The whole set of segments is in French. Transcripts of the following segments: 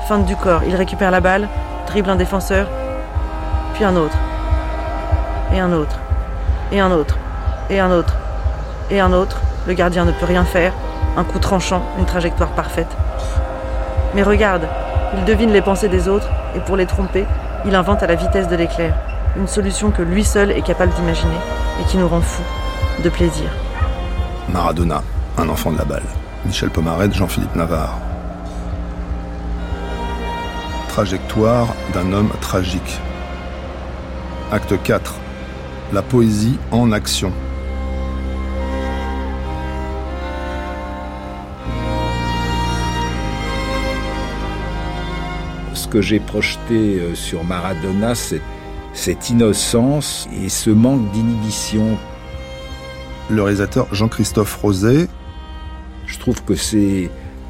feinte du corps, il récupère la balle, dribble un défenseur, puis un autre, et un autre, et un autre, et un autre, et un autre. Le gardien ne peut rien faire, un coup tranchant, une trajectoire parfaite. Mais regarde, il devine les pensées des autres, et pour les tromper, il invente à la vitesse de l'éclair, une solution que lui seul est capable d'imaginer, et qui nous rend fous, de plaisir. Maradona, un enfant de la balle. Michel Pomarez, Jean-Philippe Navarre. Trajectoire d'un homme tragique. Acte 4. La poésie en action. Ce que j'ai projeté sur Maradona, c'est cette innocence et ce manque d'inhibition. Le réalisateur Jean-Christophe Roset. Je trouve que c'est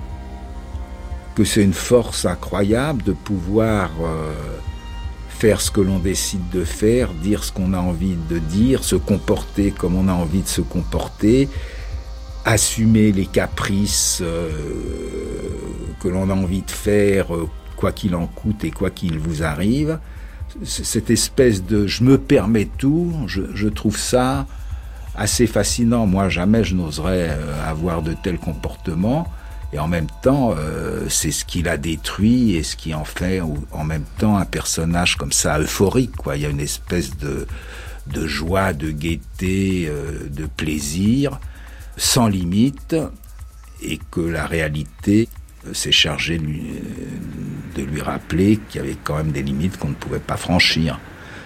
une force incroyable de pouvoir faire ce que l'on décide de faire, dire ce qu'on a envie de dire, se comporter comme on a envie de se comporter, assumer les caprices que l'on a envie de faire, quoi qu'il en coûte et quoi qu'il vous arrive. Cette espèce de « je me permets tout », je trouve ça assez fascinant. Moi, jamais je n'oserais avoir de tels comportements. Et en même temps, c'est ce qui l'a détruit et ce qui en fait en même temps un personnage comme ça euphorique, quoi. Il y a une espèce de joie, de gaieté, de plaisir, sans limite, et que la réalité s'est chargée de lui rappeler qu'il y avait quand même des limites qu'on ne pouvait pas franchir.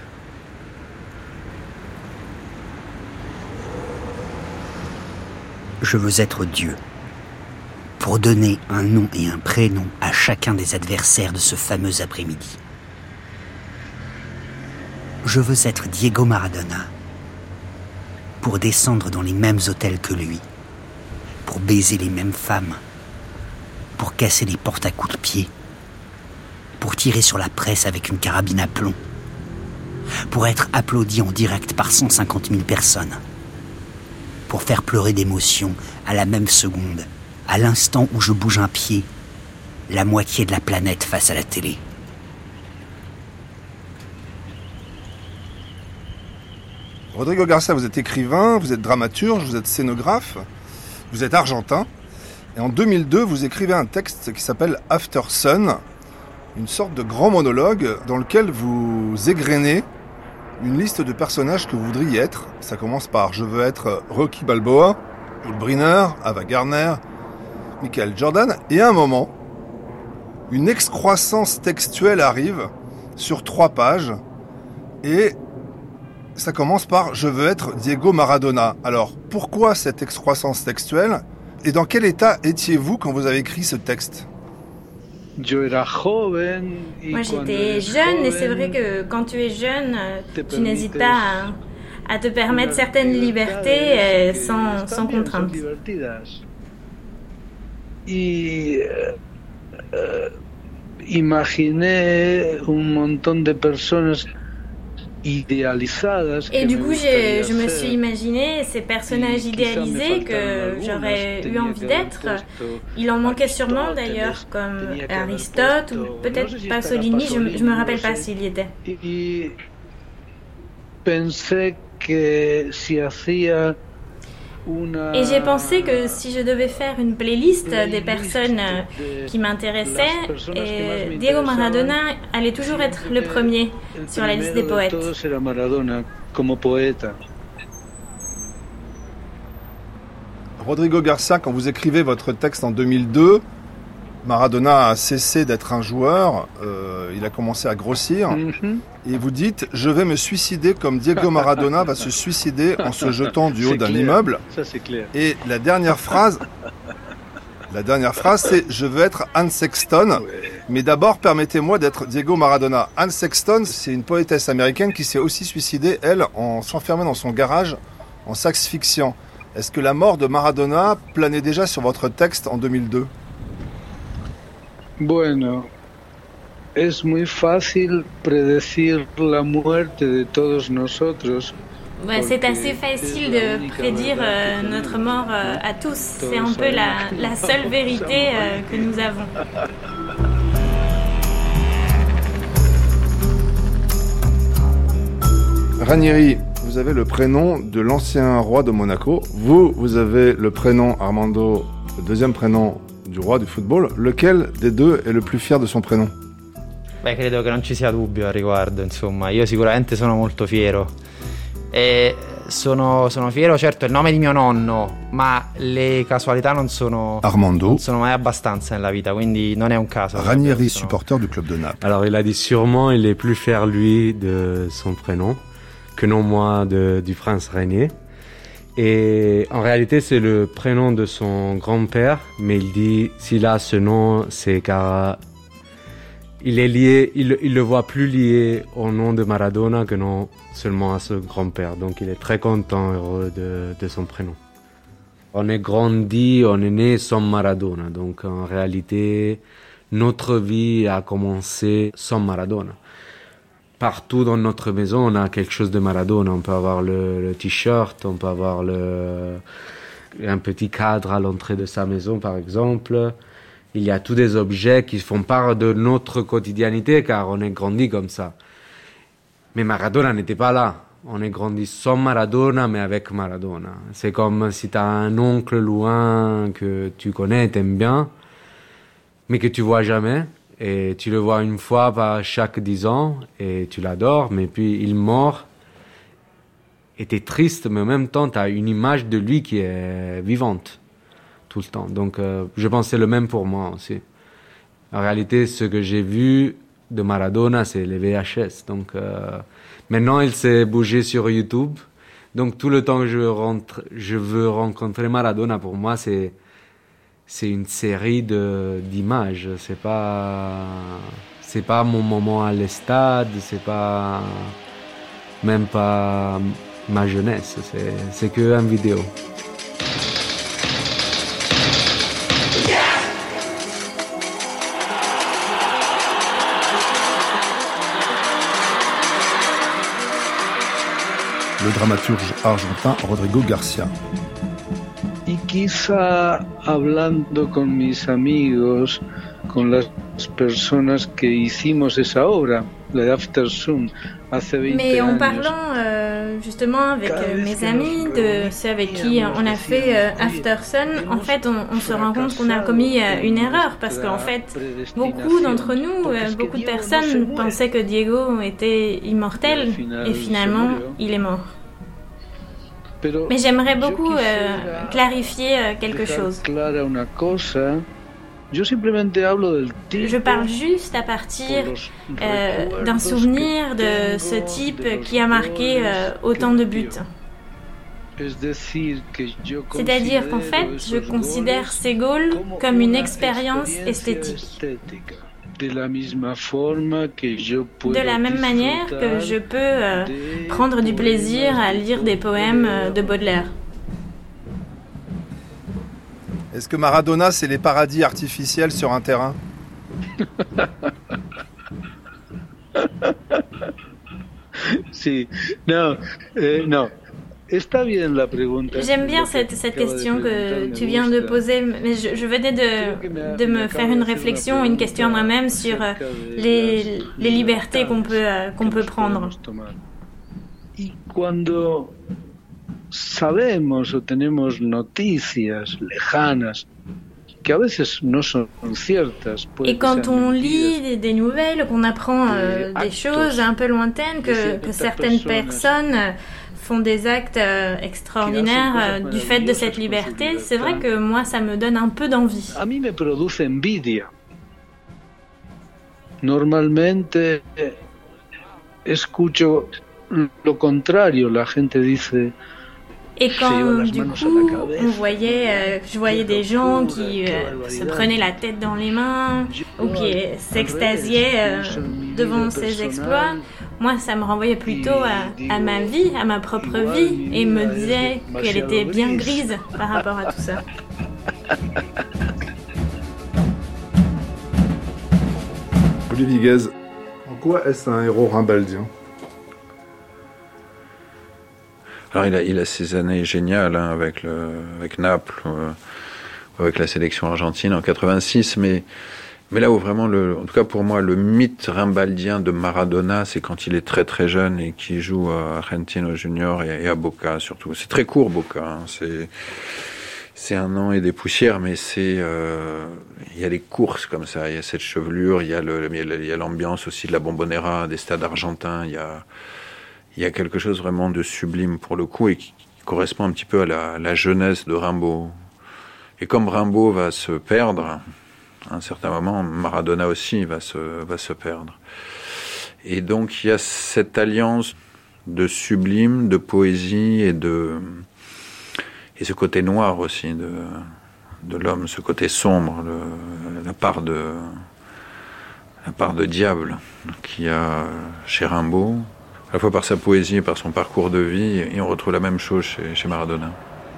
Je veux être Dieu, pour donner un nom et un prénom à chacun des adversaires de ce fameux après-midi. Je veux être Diego Maradona, pour descendre dans les mêmes hôtels que lui, pour baiser les mêmes femmes, pour casser les portes à coups de pied, pour tirer sur la presse avec une carabine à plomb, pour être applaudi en direct par 150 000 personnes, pour faire pleurer d'émotion à la même seconde, à l'instant où je bouge un pied, la moitié de la planète face à la télé. Rodrigo Garcia, vous êtes écrivain, vous êtes dramaturge, vous êtes scénographe, vous êtes argentin. Et en 2002, vous écrivez un texte qui s'appelle After Sun, une sorte de grand monologue dans lequel vous égrenez une liste de personnages que vous voudriez être. Ça commence par « Je veux être Rocky Balboa », Yul Brynner, Ava Gardner, Michael Jordan. Et à un moment, une excroissance textuelle arrive sur 3 pages et ça commence par « Je veux être Diego Maradona ». Alors, pourquoi cette excroissance textuelle et dans quel état étiez-vous quand vous avez écrit ce texte ? Moi j'étais jeune et c'est vrai que quand tu es jeune, tu n'hésites pas à te permettre certaines libertés sans contrainte. Imaginé un montón de personas idéalisadas. Et du coup, je me suis imaginé ces personnages idéalisés que j'aurais eu envie d'être. Il en manquait sûrement d'ailleurs, comme Aristote ou peut-être Pasolini, je me rappelle pas s'il y était. Y pensé que si hacía Et j'ai pensé que si je devais faire une playlist des personnes qui m'intéressaient, Diego Maradona allait toujours être le premier sur la liste des poètes. Rodrigo Garcia, quand vous écrivez votre texte en 2002, Maradona a cessé d'être un joueur, il a commencé à grossir, et vous dites « Je vais me suicider comme Diego Maradona va se suicider en se jetant du haut d'un immeuble ». Et la dernière phrase, c'est « Je veux être Anne Sexton, mais d'abord permettez-moi d'être Diego Maradona ». Anne Sexton, c'est une poétesse américaine qui s'est aussi suicidée, elle, en s'enfermant dans son garage, en s'asphyxiant. Est-ce que la mort de Maradona planait déjà sur votre texte en 2002 ? Bueno, es muy fácil predecir la muerte de todos nosotros. C'est assez facile de prédire notre mort à tous. C'est un peu la seule vérité que nous avons. Ranieri, vous avez le prénom de l'ancien roi de Monaco. Vous avez le prénom Armando, le deuxième prénom du roi du football. Lequel des deux est le plus fier de son prénom? Beh, credo che non ci sia dubbio al riguardo, insomma. Io sicuramente sono molto fiero. E sono fiero, certo, il nome di mio nonno, ma le casualità non sono mai abbastanza nella vita, quindi non è un caso. Ranieri, supporter du club de Naples. Alors il a dit sûrement il est plus fier lui de son prénom que non moi du prince Ranier. Et en réalité c'est le prénom de son grand-père, mais il dit s'il a ce nom c'est car il est lié, il le voit plus lié au nom de Maradona que non seulement à ce grand-père. Donc il est très content, heureux de son prénom. On est grandi, on est né sans Maradona. Donc en réalité, notre vie a commencé sans Maradona. Partout dans notre maison, on a quelque chose de Maradona. On peut avoir le t-shirt, on peut avoir un petit cadre à l'entrée de sa maison, par exemple. Il y a tous des objets qui font part de notre quotidianité, car on est grandi comme ça. Mais Maradona n'était pas là. On est grandi sans Maradona, mais avec Maradona. C'est comme si tu as un oncle loin que tu connais, t'aimes bien, mais que tu vois jamais. Et tu le vois une fois par chaque 10 ans, et tu l'adores, mais puis il meurt. Et t'es triste, mais en même temps, tu as une image de lui qui est vivante. Tout le temps. Donc, je pense que c'est le même pour moi aussi. En réalité, ce que j'ai vu de Maradona, c'est les VHS. Donc, maintenant, il s'est bougé sur YouTube. Donc, tout le temps que je veux rencontrer Maradona, pour moi, c'est une série d'images. C'est pas mon moment à l'estade. C'est pas même pas ma jeunesse. C'est que une vidéo. Le dramaturge argentin Rodrigo Garcia. Y quizá hablando con mis amigos, con las personas que hicimos esa obra, la de After Sun, hace 20 Mais en años. parlant justement avec mes amis, de ceux avec qui on a fait After Sun, en fait on se rend compte qu'on a commis une erreur, parce qu'en fait beaucoup d'entre nous, beaucoup de personnes pensaient que Diego était immortel, et finalement il est mort. Mais j'aimerais beaucoup clarifier quelque chose. Je parle juste à partir d'un souvenir de ce type qui a marqué autant de buts. C'est-à-dire qu'en fait, je considère ces goals comme une expérience esthétique. De la même manière que je peux prendre du plaisir à lire des poèmes de Baudelaire. Est-ce que Maradona, c'est les paradis artificiels sur un terrain? Si, non, non. J'aime bien cette question que tu viens de poser, mais je venais de me faire une réflexion, une question à moi-même sur les libertés qu'on peut prendre. Y cuando sabemos o tenemos noticias lejanas que a veces no son ciertas. Et quand on lit des nouvelles, qu'on apprend des choses un peu lointaines, que certaines personnes font des actes extraordinaires du fait de cette liberté, c'est vrai que moi, ça me donne un peu d'envie. A mí me produce envidia. Normalmente escucho lo contrario, la gente dice. Et quand du coup, je voyais des gens qui se prenaient la tête dans les mains ou qui s'extasiaient devant ces exploits, moi ça me renvoyait plutôt à ma vie, à ma propre vie, et me disait qu'elle était bien grise par rapport à tout ça. Olivier Guez, en quoi est-ce un héros rimbaldien? Alors il a ces années géniales avec Naples, avec la sélection argentine en 86, mais Mais là où vraiment, en tout cas pour moi, le mythe rimbaldien de Maradona, c'est quand il est très très jeune et qu'il joue à Argentino Junior et à Boca surtout. C'est très court Boca, hein. C'est 1 an et des poussières, mais il y a des courses comme ça, il y a cette chevelure, il y a l'ambiance aussi de la Bombonera, des stades argentins, il y a quelque chose vraiment de sublime pour le coup et qui correspond un petit peu à la jeunesse de Rimbaud. Et comme Rimbaud va se perdre, à un certain moment, Maradona aussi va se perdre. Et donc il y a cette alliance de sublime, de poésie et ce côté noir aussi de l'homme, ce côté sombre, la part de diable qu'il y a chez Rimbaud, à la fois par sa poésie et par son parcours de vie, et on retrouve la même chose chez Maradona.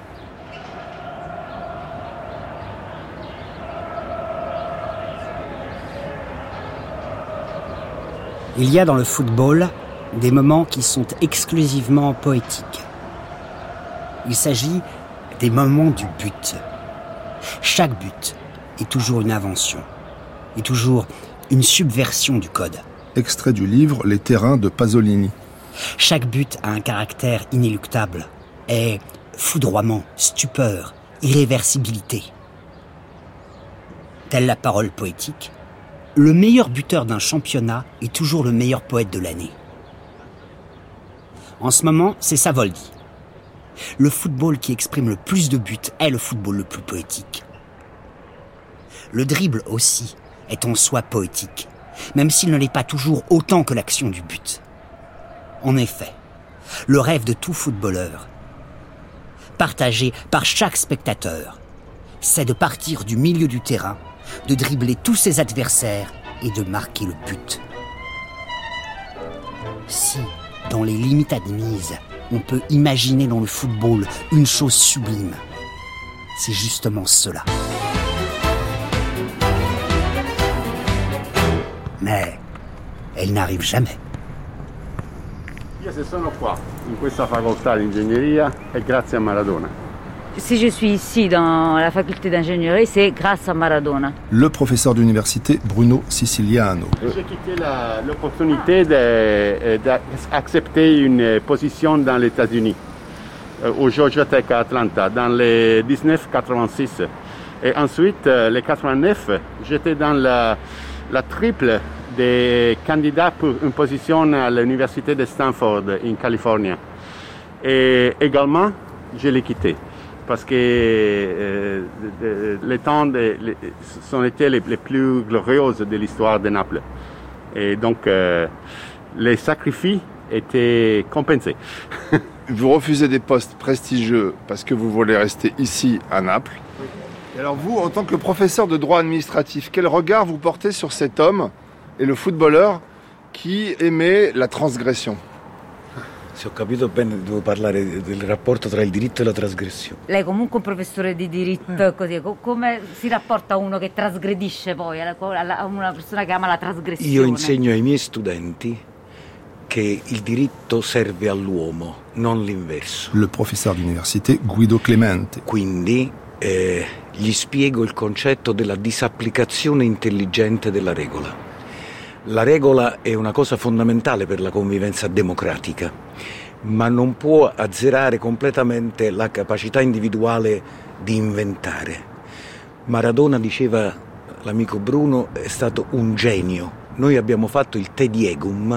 Il y a dans le football des moments qui sont exclusivement poétiques. Il s'agit des moments du but. Chaque but est toujours une invention, est toujours une subversion du code. Extrait du livre Les terrains de Pasolini. Chaque but a un caractère inéluctable, est foudroiement, stupeur, irréversibilité. Telle la parole poétique, le meilleur buteur d'un championnat est toujours le meilleur poète de l'année. En ce moment, c'est Savoldi. Le football qui exprime le plus de buts est le football le plus poétique. Le dribble aussi est en soi poétique, même s'il ne l'est pas toujours autant que l'action du but. En effet, le rêve de tout footballeur, partagé par chaque spectateur, c'est de partir du milieu du terrain, de dribbler tous ses adversaires et de marquer le but. Si, dans les limites admises, on peut imaginer dans le football une chose sublime, c'est justement cela. Mais elle n'arrive jamais. Io se sono qua, in questa facoltà di ingegneria, è grazie a Maradona. Si je suis ici dans la faculté d'ingénierie, c'est grâce à Maradona. Le professeur d'université Bruno Siciliano. J'ai quitté l'opportunité d'accepter une position dans les États-Unis, au Georgia Tech à Atlanta, dans les 1986. Et ensuite, les 89, j'étais dans la triple des candidats pour une position à l'université de Stanford, en Californie. Et également, je l'ai quitté. Parce que les temps sont été les plus glorieux de l'histoire de Naples. Et donc, les sacrifices étaient compensés. Vous refusez des postes prestigieux parce que vous voulez rester ici, à Naples. Et alors vous, en tant que professeur de droit administratif, quel regard vous portez sur cet homme et le footballeur qui aimait la transgression? Se ho capito bene, devo parlare del rapporto tra il diritto e la trasgressione. Lei è comunque un professore di diritto, così, come si rapporta uno che trasgredisce poi a una persona che ama la trasgressione? Io insegno ai miei studenti che il diritto serve all'uomo, non l'inverso. Le professeur d'université Guido Clemente. Quindi gli spiego il concetto della disapplicazione intelligente della regola. La regola è una cosa fondamentale per la convivenza democratica, ma non può azzerare completamente la capacità individuale di inventare. Maradona, diceva l'amico Bruno, è stato un genio. Noi abbiamo fatto il Te Diegum,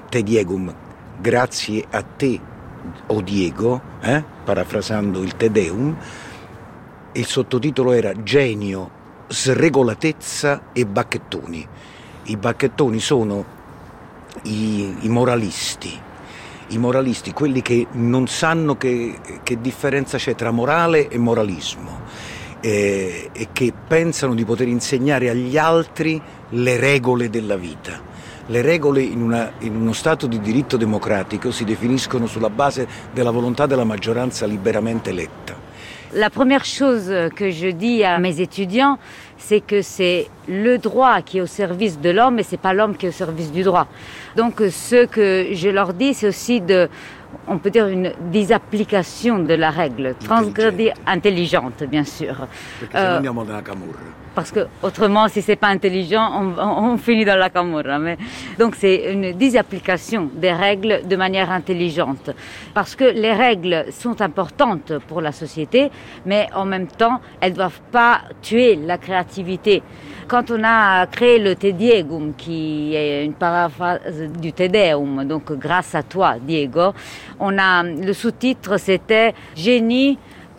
grazie a te, o Diego, parafrasando il Te Deum. Il sottotitolo era Genio, sregolatezza e bacchettoni. I bacchettoni sono i moralisti, quelli che non sanno che differenza c'è tra morale e moralismo e che pensano di poter insegnare agli altri le regole della vita. Le regole in uno Stato di diritto democratico si definiscono sulla base della volontà della maggioranza liberamente eletta. La première chose que je dis à mes étudiants, c'est que c'est le droit qui est au service de l'homme et c'est pas l'homme qui est au service du droit. Donc ce que je leur dis, c'est aussi on peut dire une disapplication de la règle, transgredée intelligente, bien sûr. Perché se no andiamo nella camorra. parce que autrement, si c'est pas intelligent, on finit dans la camorra. Mais donc c'est une désapplication des règles de manière intelligente, parce que les règles sont importantes pour la société, mais en même temps, elles doivent pas tuer la créativité. Quand on a créé le Te Diegum, qui est une paraphrase du Te Deum, donc grâce à toi, Diego, le sous-titre c'était Génie.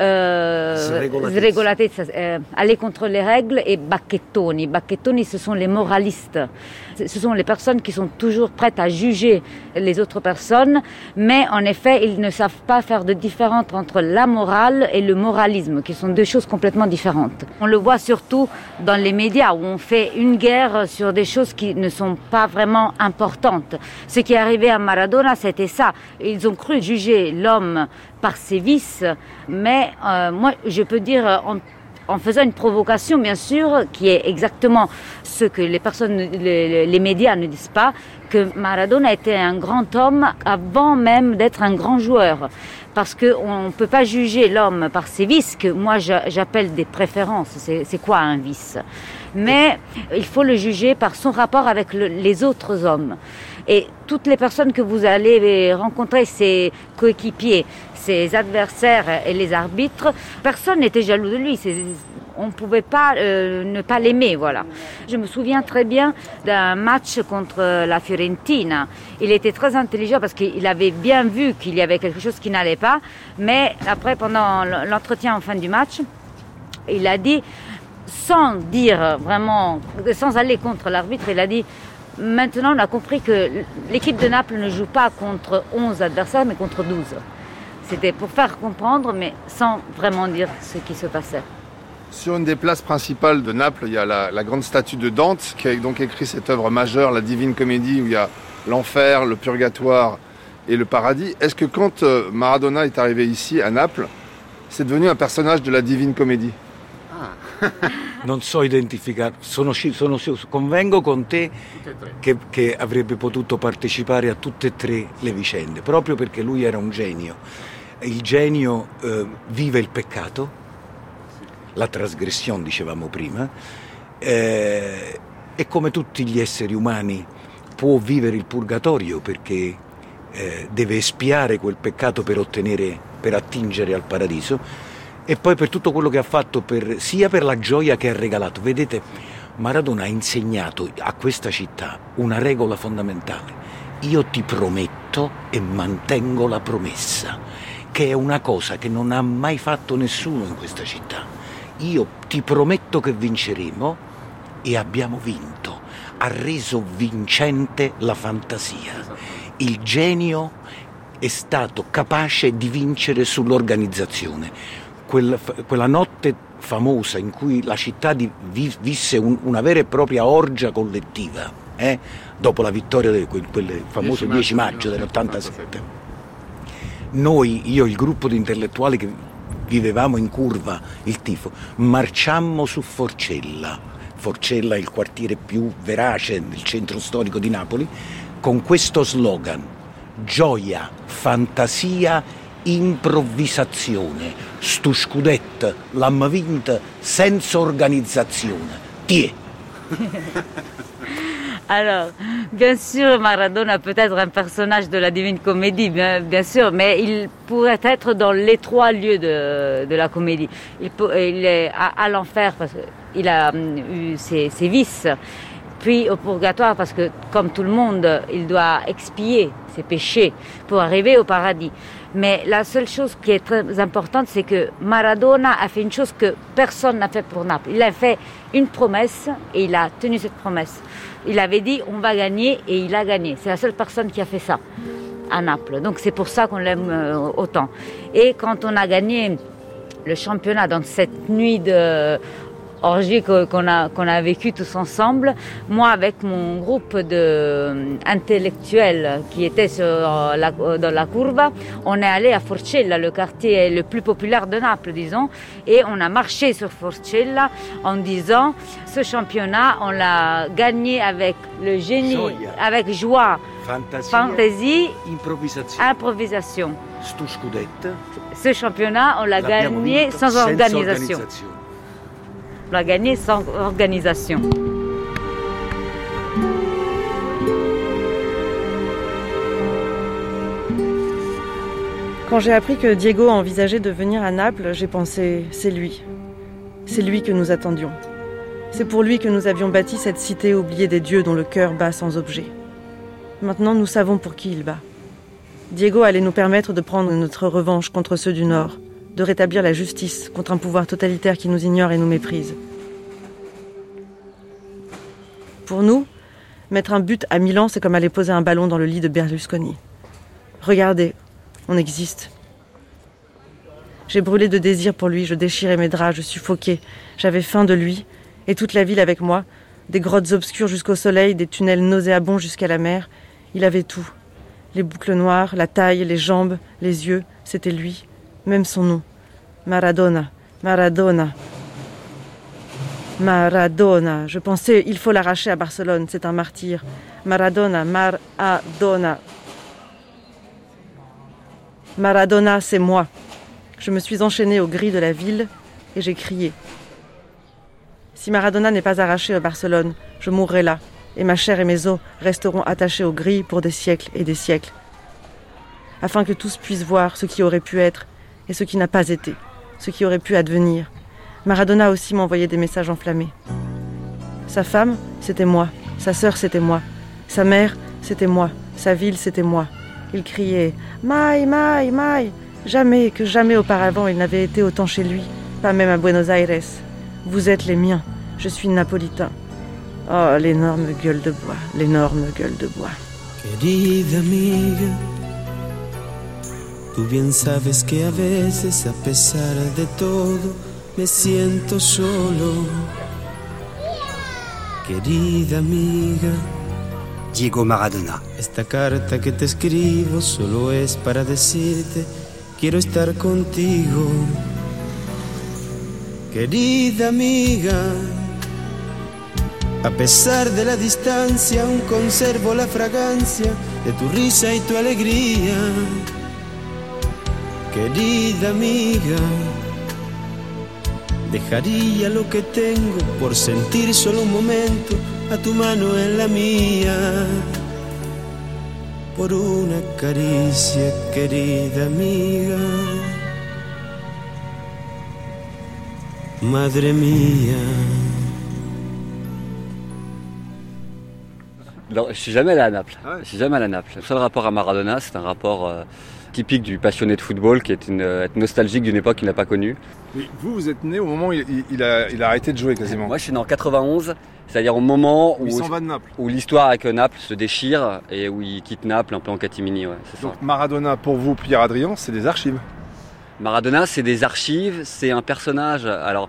Sregolatezza, aller contre les règles, et bacchettoni. Bacchettoni, ce sont les moralistes. Ce sont les personnes qui sont toujours prêtes à juger les autres personnes, mais en effet, ils ne savent pas faire de différence entre la morale et le moralisme, qui sont deux choses complètement différentes. On le voit surtout dans les médias, où on fait une guerre sur des choses qui ne sont pas vraiment importantes. Ce qui est arrivé à Maradona, c'était ça. Ils ont cru juger l'homme par ses vices, mais moi, je peux dire, en faisant une provocation, bien sûr, qui est exactement ce que les médias ne disent pas, que Maradona était un grand homme avant même d'être un grand joueur. Parce qu'on ne peut pas juger l'homme par ses vices, que moi j'appelle des préférences. C'est quoi un vice? Mais il faut le juger par son rapport avec les autres hommes. Et toutes les personnes que vous allez rencontrer, ses coéquipiers, ses adversaires et les arbitres, personne n'était jaloux de lui. On ne pouvait pas ne pas l'aimer, voilà. Je me souviens très bien d'un match contre la Fiorentina. Il était très intelligent parce qu'il avait bien vu qu'il y avait quelque chose qui n'allait pas. Mais après, pendant l'entretien en fin du match, il a dit, sans dire vraiment, sans aller contre l'arbitre, il a dit: maintenant, on a compris que l'équipe de Naples ne joue pas contre 11 adversaires, mais contre 12. C'était pour faire comprendre, mais sans vraiment dire ce qui se passait. Sur une des places principales de Naples, il y a la grande statue de Dante, qui a donc écrit cette œuvre majeure, la Divine Comédie, où il y a l'enfer, le purgatoire et le paradis. Est-ce que quand Maradona est arrivé ici, à Naples, c'est devenu un personnage de la Divine Comédie? Non so identificare, convengo con te che avrebbe potuto partecipare a tutte e tre le vicende, proprio perché lui era un genio. Il genio vive il peccato, la trasgressione dicevamo prima, e come tutti gli esseri umani può vivere il purgatorio perché deve espiare quel peccato per attingere al paradiso. E poi per tutto quello che ha fatto, sia per la gioia che ha regalato. Vedete, Maradona ha insegnato a questa città una regola fondamentale: io ti prometto e mantengo la promessa, che è una cosa che non ha mai fatto nessuno in questa città. Io ti prometto che vinceremo, e abbiamo vinto. Ha reso vincente la fantasia. Il genio è stato capace di vincere sull'organizzazione. Quella notte famosa in cui la città visse una vera e propria orgia collettiva, dopo la vittoria di quel famoso 10 maggio dell'87. Noi, io e il gruppo di intellettuali che vivevamo in curva il tifo, marciammo su Forcella. Forcella è il quartiere più verace del centro storico di Napoli, con questo slogan: gioia, fantasia, improvvisazione. Stu scudetto l'hanno vinta senza organizzazione. Tiè. Alors, bien sûr, Maradona peut être un personnage de la Divine Comédie, bien sûr, mais il pourrait être dans les trois lieux de la comédie. Il est à l'enfer parce qu'il a eu ses vices, puis au purgatoire parce que, comme tout le monde, il doit expier ses péchés pour arriver au paradis. Mais la seule chose qui est très importante, c'est que Maradona a fait une chose que personne n'a fait pour Naples. Il a fait une promesse et il a tenu cette promesse. Il avait dit on va gagner et il a gagné. C'est la seule personne qui a fait ça à Naples. Donc c'est pour ça qu'on l'aime autant. Et quand on a gagné le championnat dans cette nuit de orgie qu'on a vécu tous ensemble, moi avec mon groupe d'intellectuels qui était dans la Curva, on est allé à Forcella, le quartier le plus populaire de Naples, disons, et on a marché sur Forcella en disant ce championnat, on l'a gagné avec le génie, avec joie, fantaisie, improvisation. Stu scudetto. Ce championnat, on l'a gagné sans organisation. Naples a gagné sans organisation. Quand j'ai appris que Diego envisageait de venir à Naples, j'ai pensé, c'est lui. C'est lui que nous attendions. C'est pour lui que nous avions bâti cette cité oubliée des dieux dont le cœur bat sans objet. Maintenant, nous savons pour qui il bat. Diego allait nous permettre de prendre notre revanche contre ceux du Nord, de rétablir la justice contre un pouvoir totalitaire qui nous ignore et nous méprise. Pour nous, mettre un but à Milan, c'est comme aller poser un ballon dans le lit de Berlusconi. Regardez, on existe. J'ai brûlé de désir pour lui, je déchirais mes draps, je suffoquais. J'avais faim de lui, et toute la ville avec moi, des grottes obscures jusqu'au soleil, des tunnels nauséabonds jusqu'à la mer. Il avait tout. Les boucles noires, la taille, les jambes, les yeux, c'était lui. Même son nom. Maradona, Maradona. Maradona. Je pensais, il faut l'arracher à Barcelone, c'est un martyr. Maradona, Maradona. Maradona, c'est moi. Je me suis enchaînée aux grilles de la ville et j'ai crié. Si Maradona n'est pas arraché à Barcelone, je mourrai là, et ma chair et mes os resteront attachés aux grilles pour des siècles et des siècles, afin que tous puissent voir ce qui aurait pu être et ce qui n'a pas été, ce qui aurait pu advenir. Maradona aussi m'envoyait des messages enflammés. Sa femme, c'était moi. Sa sœur, c'était moi. Sa mère, c'était moi. Sa ville, c'était moi. Il criait « Mai, Mai, Mai !» Jamais, que jamais auparavant il n'avait été autant chez lui, pas même à Buenos Aires. Vous êtes les miens, je suis napolitain. Oh, l'énorme gueule de bois, l'énorme gueule de bois. Querida amiga, tú bien sabes que a veces, a pesar de todo, me siento solo. Querida amiga, Diego Maradona. Esta carta que te escribo solo es para decirte, quiero estar contigo. Querida amiga, a pesar de la distancia, aún conservo la fragancia de tu risa y tu alegría. Querida amiga, dejaría lo que tengo por sentir solo un momento a tu mano en la mía. Por una caricia, querida amiga. Madre mía. Non, je suis jamais allé à Naples. Je suis jamais allé à Naples. Le seul rapport à Maradona, c'est un rapport typique du passionné de football qui est être nostalgique d'une époque qu'il n'a pas connue. Mais vous êtes né au moment où il a arrêté de jouer quasiment. Moi, je suis né en 91, c'est-à-dire au moment où il s'en va de Naples. Où l'histoire avec Naples se déchire et où il quitte Naples un peu en catimini. Ouais, c'est donc ça. Maradona, pour vous, Pierre Adrien, c'est des archives. Maradona, c'est des archives, c'est un personnage. Alors,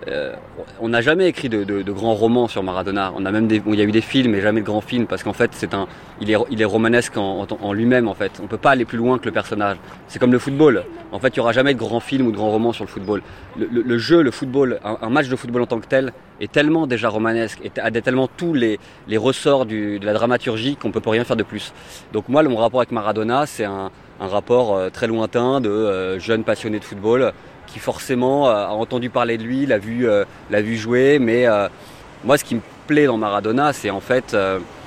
on n'a jamais écrit de grands romans sur Maradona. On a même il y a eu des films, mais jamais de grands films, parce qu'en fait, il est romanesque en lui-même. En fait, on peut pas aller plus loin que le personnage. C'est comme le football. En fait, il y aura jamais de grands films ou de grands romans sur le football. Le jeu, le football, un match de football en tant que tel est tellement déjà romanesque, et a tellement tous les ressorts de la dramaturgie qu'on peut pas rien faire de plus. Donc moi, mon rapport avec Maradona, c'est un rapport très lointain de jeune passionné de football qui forcément a entendu parler de lui, l'a vu jouer, mais moi ce qui me plaît dans Maradona, c'est en fait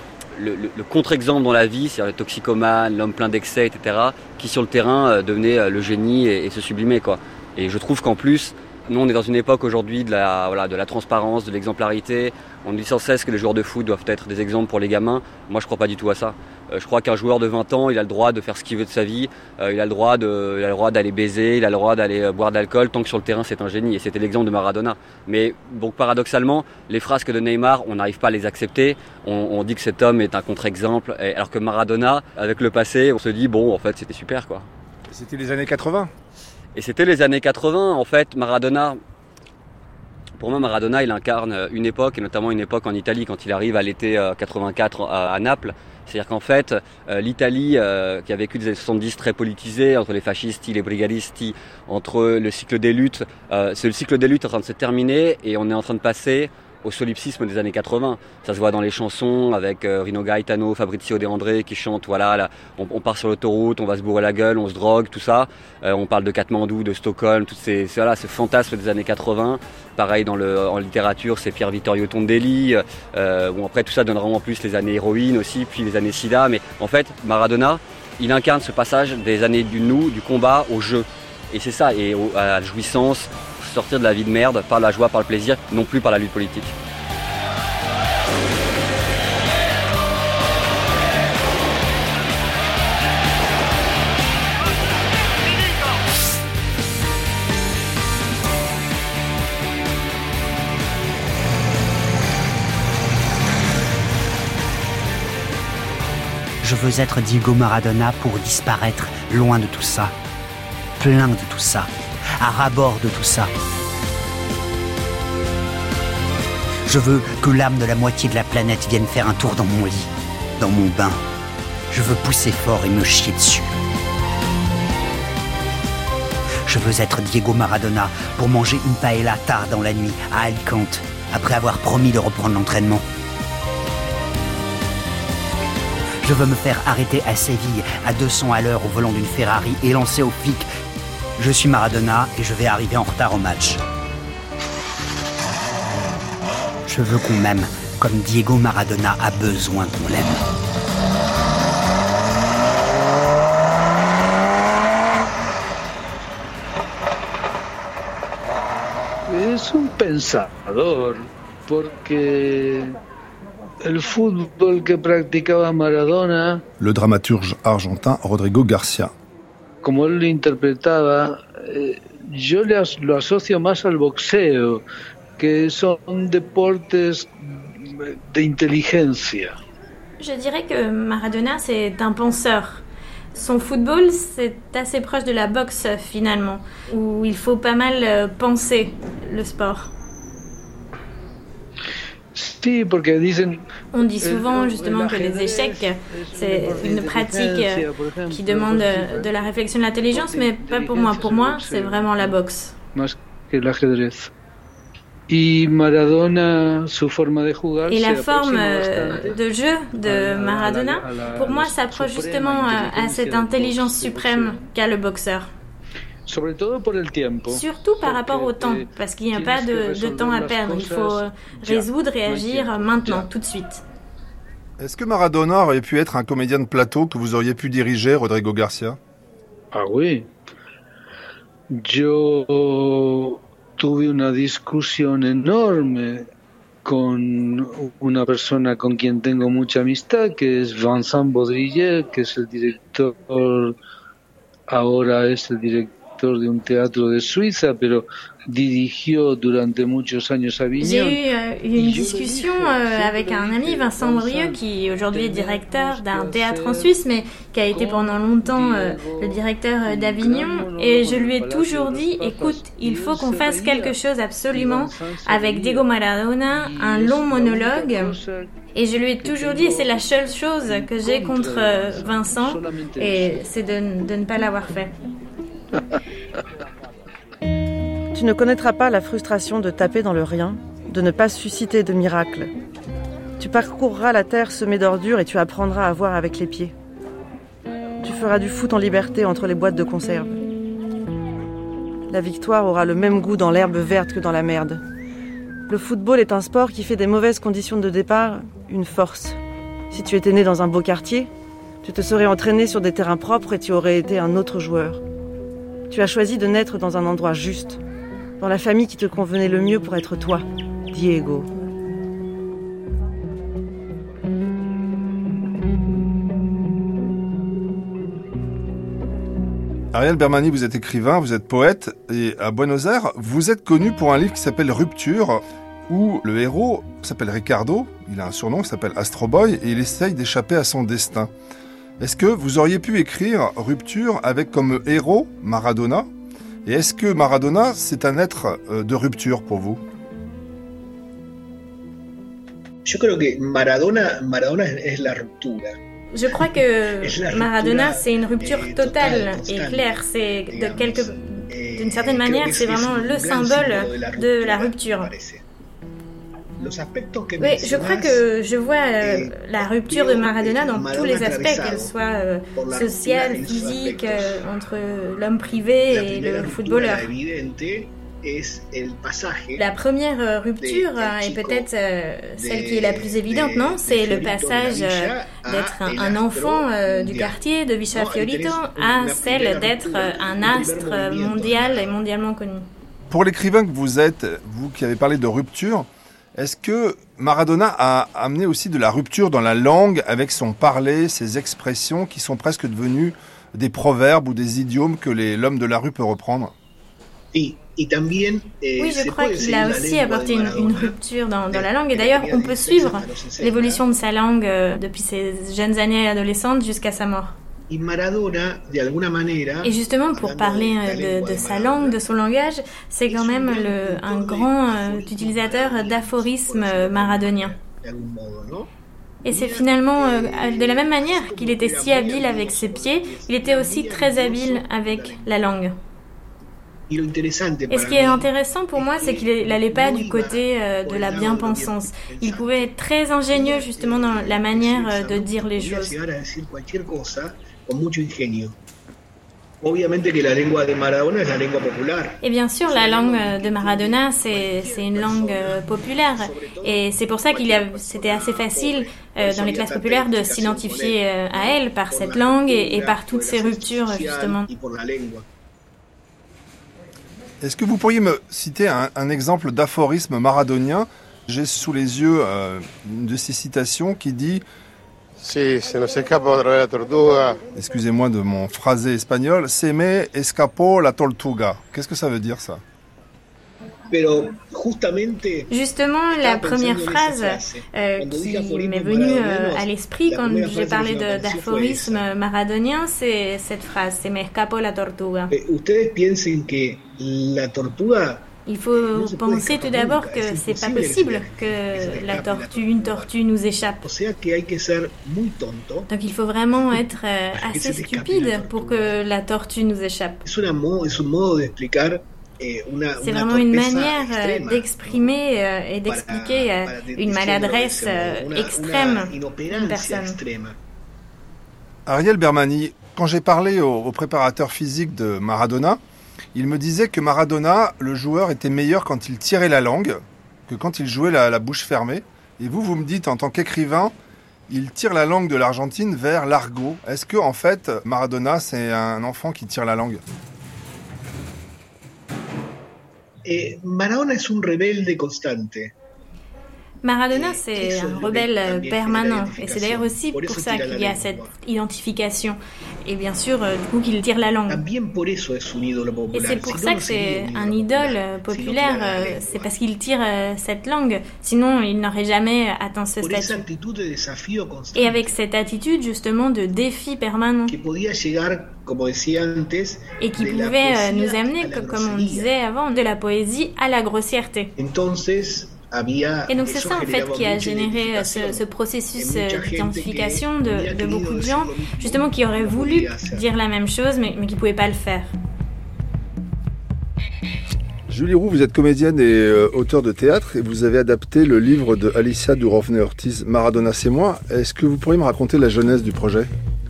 le contre-exemple dans la vie, c'est-à-dire le toxicomane, l'homme plein d'excès, etc., qui sur le terrain devenait le génie et se sublimait, quoi. Et je trouve qu'en plus, nous on est dans une époque aujourd'hui de la transparence, de l'exemplarité. On dit sans cesse que les joueurs de foot doivent être des exemples pour les gamins. Moi je crois pas du tout à ça. Je crois qu'un joueur de 20 ans, il a le droit de faire ce qu'il veut de sa vie, il a le droit d'aller baiser, il a le droit d'aller boire d'alcool, tant que sur le terrain c'est un génie. Et c'était l'exemple de Maradona. Mais donc paradoxalement, les frasques de Neymar, on n'arrive pas à les accepter. On dit que cet homme est un contre-exemple, alors que Maradona, avec le passé, on se dit bon, en fait c'était super, quoi. C'était les années 80. Et c'était les années 80, en fait, Maradona. Pour moi, Maradona, il incarne une époque, et notamment une époque en Italie, quand il arrive à l'été 84 à Naples. C'est-à-dire qu'en fait, l'Italie, qui a vécu des années 70 très politisée, entre les fascisti, les brigadisti, entre le cycle des luttes, le cycle des luttes est en train de se terminer, et on est en train de passer au solipsisme des années 80. Ça se voit dans les chansons avec Rino Gaetano, Fabrizio De André qui chantent voilà, là, on part sur l'autoroute, on va se bourrer la gueule, on se drogue, tout ça. On parle de Katmandou, de Stockholm, tout voilà, ce fantasme des années 80. Pareil en littérature, c'est Pier Vittorio Tondelli. Bon, après tout ça donnera en plus les années héroïne aussi, puis les années sida. Mais en fait, Maradona, il incarne ce passage des années du combat au jeu. Et c'est ça, et à la jouissance, sortir de la vie de merde par la joie, par le plaisir, non plus par la lutte politique. Je veux être Diego Maradona pour disparaître loin de tout ça, plein de tout ça, à ras-bord de tout ça. Je veux que l'âme de la moitié de la planète vienne faire un tour dans mon lit, dans mon bain. Je veux pousser fort et me chier dessus. Je veux être Diego Maradona pour manger une paella tard dans la nuit à Alicante, après avoir promis de reprendre l'entraînement. Je veux me faire arrêter à Séville à 200 à l'heure au volant d'une Ferrari et lancer au flic. Je suis Maradona et je vais arriver en retard au match. Je veux qu'on m'aime comme Diego Maradona a besoin qu'on l'aime. Es un pensador, porque el fútbol que practicaba Maradona, Le dramaturge argentin Rodrigo Garcia. como él lo interpretaba, yo lo asocio más al boxeo, que son deportes de inteligencia. Je dirais que Maradona, c'est un penseur. Son football, c'est assez proche de la boxe finalement, où il faut pas mal penser le sport. Sí, porque dicen... On dit souvent justement que les échecs, c'est une pratique qui demande de la réflexion et de l'intelligence, mais pas pour moi. Pour moi, c'est vraiment la boxe. Más que el ajedrez. Y Maradona, su forma de jugar, et la forme de jeu de Maradona, pour moi, s'approche justement à cette intelligence suprême qu'a le boxeur. Surtout par rapport au temps, parce qu'il n'y a pas de temps à perdre. Il faut résoudre et agir maintenant, tout de suite. Est-ce que Maradona aurait pu être un comédien de plateau que vous auriez pu diriger, Rodrigo Garcia? Ah oui. Yo tuve una discusión enorme con una persona con quien tengo mucha amistad, que es Vincent Baudrillard, que es el director, ahora es el director de un teatro de Suiza, pero dirigió durante muchos años Avignon. J'ai eu une discussion avec un ami, Vincent Baudrillard, qui aujourd'hui est directeur d'un théâtre en Suisse, mais qui a été pendant longtemps le directeur d'Avignon. Et je lui ai toujours dit, écoute, il faut qu'on fasse quelque chose absolument avec Diego Maradona, un long monologue. Et je lui ai toujours dit, et c'est la seule chose que j'ai contre Vincent, et c'est de ne pas l'avoir fait. Tu ne connaîtras pas la frustration de taper dans le rien, de ne pas susciter de miracle. Tu parcourras la terre semée d'ordures et tu apprendras à voir avec les pieds. Tu feras du foot en liberté entre les boîtes de conserve. La victoire aura le même goût dans l'herbe verte que dans la merde. Le football est un sport qui fait des mauvaises conditions de départ une force. Si tu étais né dans un beau quartier, tu te serais entraîné sur des terrains propres et tu aurais été un autre joueur. Tu as choisi de naître dans un endroit juste, dans la famille qui te convenait le mieux pour être toi, Diego. Ariel Bermani, vous êtes écrivain, vous êtes poète, et à Buenos Aires, vous êtes connu pour un livre qui s'appelle Rupture, où le héros s'appelle Ricardo, il a un surnom qui s'appelle Astro Boy, et il essaye d'échapper à son destin. Est-ce que vous auriez pu écrire Rupture avec comme héros Maradona? Et est-ce que Maradona, c'est un être de rupture pour vous? Je crois que Maradona es la ruptura. Je crois que Maradona, c'est une rupture totale et claire. C'est d'une certaine manière, c'est vraiment le symbole de la rupture. Oui, je crois que je vois la rupture de Maradona dans tous les aspects, qu'elle soit sociale, physique, entre l'homme privé et le footballeur. La première rupture, et peut-être celle qui est la plus évidente, non? C'est le passage d'être un enfant du quartier de Villa Fiorito à celle d'être un astre mondial et mondialement connu. Pour l'écrivain que vous êtes, vous qui avez parlé de rupture, est-ce que Maradona a amené aussi de la rupture dans la langue avec son parler, ses expressions qui sont presque devenues des proverbes ou des idiomes que l'homme de la rue peut reprendre? Oui, je crois qu'il a aussi apporté une rupture dans la langue. Et d'ailleurs, on peut suivre l'évolution de sa langue depuis ses jeunes années adolescentes jusqu'à sa mort. Et justement, pour parler de sa langue, de son langage, c'est quand même un grand utilisateur d'aphorismes maradoniens. Et c'est finalement de la même manière qu'il était si habile avec ses pieds, il était aussi très habile avec la langue. Et ce qui est intéressant pour moi, c'est qu'il n'allait pas du côté de la bien-pensance. Il pouvait être très ingénieux justement dans la manière de dire les choses. Et bien sûr, la langue de Maradona, c'est une langue populaire. Et c'est pour ça c'était assez facile dans les classes populaires de s'identifier à elle par cette langue et par toutes ces ruptures justement. Est-ce que vous pourriez me citer un exemple d'aphorisme maradonien? J'ai sous les yeux une de ces citations qui dit excusez-moi de mon phrasé espagnol, se me escapó la tortuga. Qu'est-ce que ça veut dire ça? Justement, la première phrase qui m'est venue à l'esprit quand j'ai parlé d'aphorisme maradonien, c'est cette phrase, se me escapó la tortuga. Il faut penser tout d'abord que c'est pas possible que une tortue nous échappe. Donc il faut vraiment être assez stupide pour que la tortue nous échappe. C'est vraiment une manière d'exprimer et d'expliquer une maladresse extrême d'une personne. Ariel Bermani, quand j'ai parlé au préparateur physique de Maradona, il me disait que Maradona, le joueur, était meilleur quand il tirait la langue que quand il jouait la bouche fermée. Et vous me dites, en tant qu'écrivain, il tire la langue de l'Argentine vers l'argot. Est-ce que, en fait, Maradona, c'est un enfant qui tire la langue? Maradona es un rebelde constante. Maradona, c'est un rebelle permanent. Et c'est d'ailleurs aussi pour ça qu'il y a cette identification. Et bien sûr, du coup, qu'il tire la langue. Et c'est pour ça que c'est un idole populaire. C'est parce qu'il tire cette langue. Sinon, il n'aurait jamais atteint ce statut. Et avec cette attitude, justement, de défi permanent. Et qui pouvait nous amener, comme on disait avant, de la poésie à la grossièreté. Et donc c'est ça en fait qui a généré ce processus d'identification de beaucoup de gens, justement qui auraient voulu dire la même chose mais qui ne pouvaient pas le faire. Julie Roux, vous êtes comédienne et auteure de théâtre et vous avez adapté le livre de Alicia Durovne-Ortiz, Maradona c'est moi. Est-ce que vous pourriez me raconter la genèse du projet?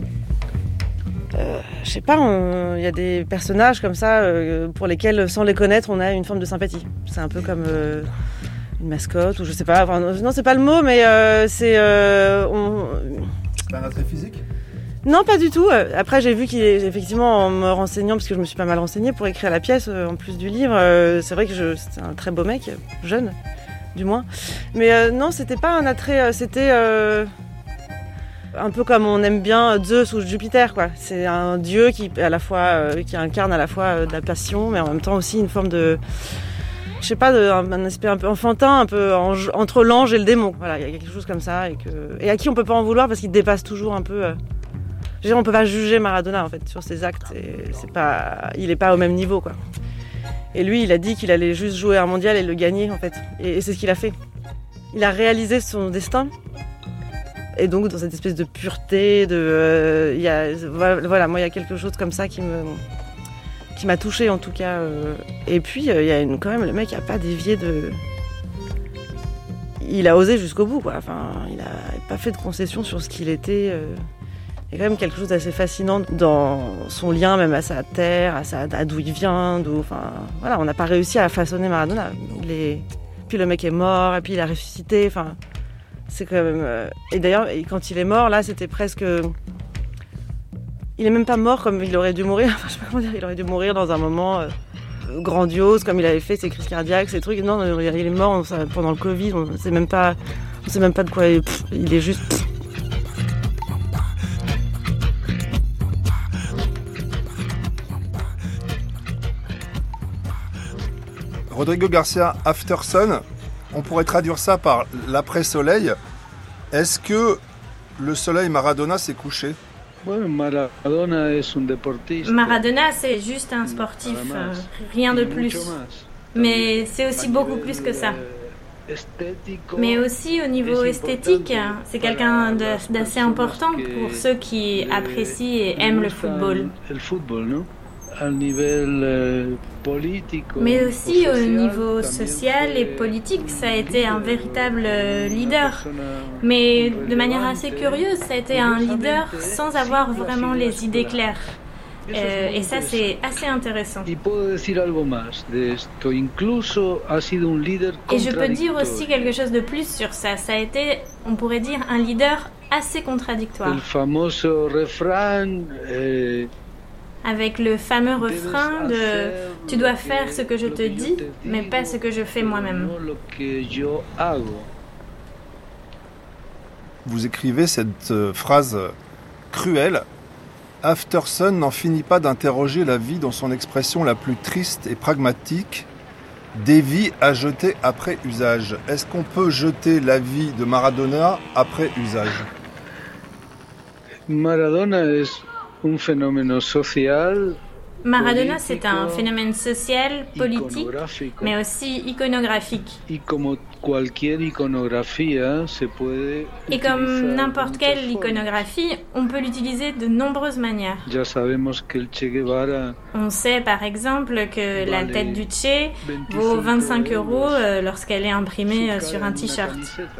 Je sais pas, il y a des personnages comme ça pour lesquels, sans les connaître, on a une forme de sympathie. C'est un peu comme une mascotte ou je sais pas. Enfin, non, c'est pas le mot, mais c'est. C'est un attrait physique? Non, pas du tout. Après, j'ai vu qu'effectivement, en me renseignant, parce que je me suis pas mal renseignée pour écrire la pièce, en plus du livre, c'est vrai que c'était un très beau mec, jeune, du moins. Mais non, c'était pas un attrait, c'était un peu comme on aime bien Zeus ou Jupiter, quoi. C'est un dieu qui incarne à la fois de la passion, mais en même temps aussi une forme de, je sais pas, un aspect un peu enfantin, un peu entre l'ange et le démon. Voilà, il y a quelque chose comme ça et à qui on peut pas en vouloir parce qu'il dépasse toujours un peu. On peut pas juger Maradona en fait sur ses actes. Il est pas au même niveau, quoi. Et lui, il a dit qu'il allait juste jouer un mondial et le gagner en fait. Et c'est ce qu'il a fait. Il a réalisé son destin. Et donc dans cette espèce de pureté, voilà, moi il y a quelque chose comme ça qui m'a touchée en tout cas. Et puis il y a quand même le mec qui a pas dévié de. il a osé jusqu'au bout, quoi. Enfin, il n'a pas fait de concession sur ce qu'il était. Il y a quand même quelque chose d'assez fascinant dans son lien même à sa terre, à d'où il vient, voilà, on n'a pas réussi à façonner Maradona. Puis le mec est mort, et puis il a ressuscité, enfin, c'est quand même... Et d'ailleurs, quand il est mort, là, c'était presque... Il est même pas mort comme il aurait dû mourir, enfin, je sais pas comment dire, il aurait dû mourir dans un moment grandiose, comme il avait fait ses crises cardiaques, ces trucs. Non, il est mort pendant le Covid, on sait même pas de quoi... il est juste... Rodrigo Garcia, After Sun, on pourrait traduire ça par l'après-soleil. Est-ce que le soleil Maradona s'est couché? Maradona, c'est juste un sportif, rien de plus. Mais c'est aussi beaucoup plus que ça. Mais aussi au niveau esthétique, c'est quelqu'un d'assez important pour ceux qui apprécient et aiment le football. Mais aussi au niveau social et politique, ça a été un véritable leader. Mais de manière assez curieuse, ça a été un leader sans avoir vraiment les idées claires. Et ça, c'est assez intéressant. Et je peux dire aussi quelque chose de plus sur ça. Ça a été, on pourrait dire, un leader assez contradictoire. Avec le fameux refrain de « Tu dois faire ce que je te dis, mais pas ce que je fais moi-même ». Vous écrivez cette phrase cruelle. After Sun n'en finit pas d'interroger la vie dans son expression la plus triste et pragmatique. Des vies à jeter après usage. Est-ce qu'on peut jeter la vie de Maradona après usage? Maradona est un phénomène social. Maradona, c'est un phénomène social, politique, mais aussi iconographique. Et comme n'importe quelle iconographie, on peut l'utiliser de nombreuses manières. On sait par exemple que la tête du Che vaut 25 € lorsqu'elle est imprimée sur un t-shirt.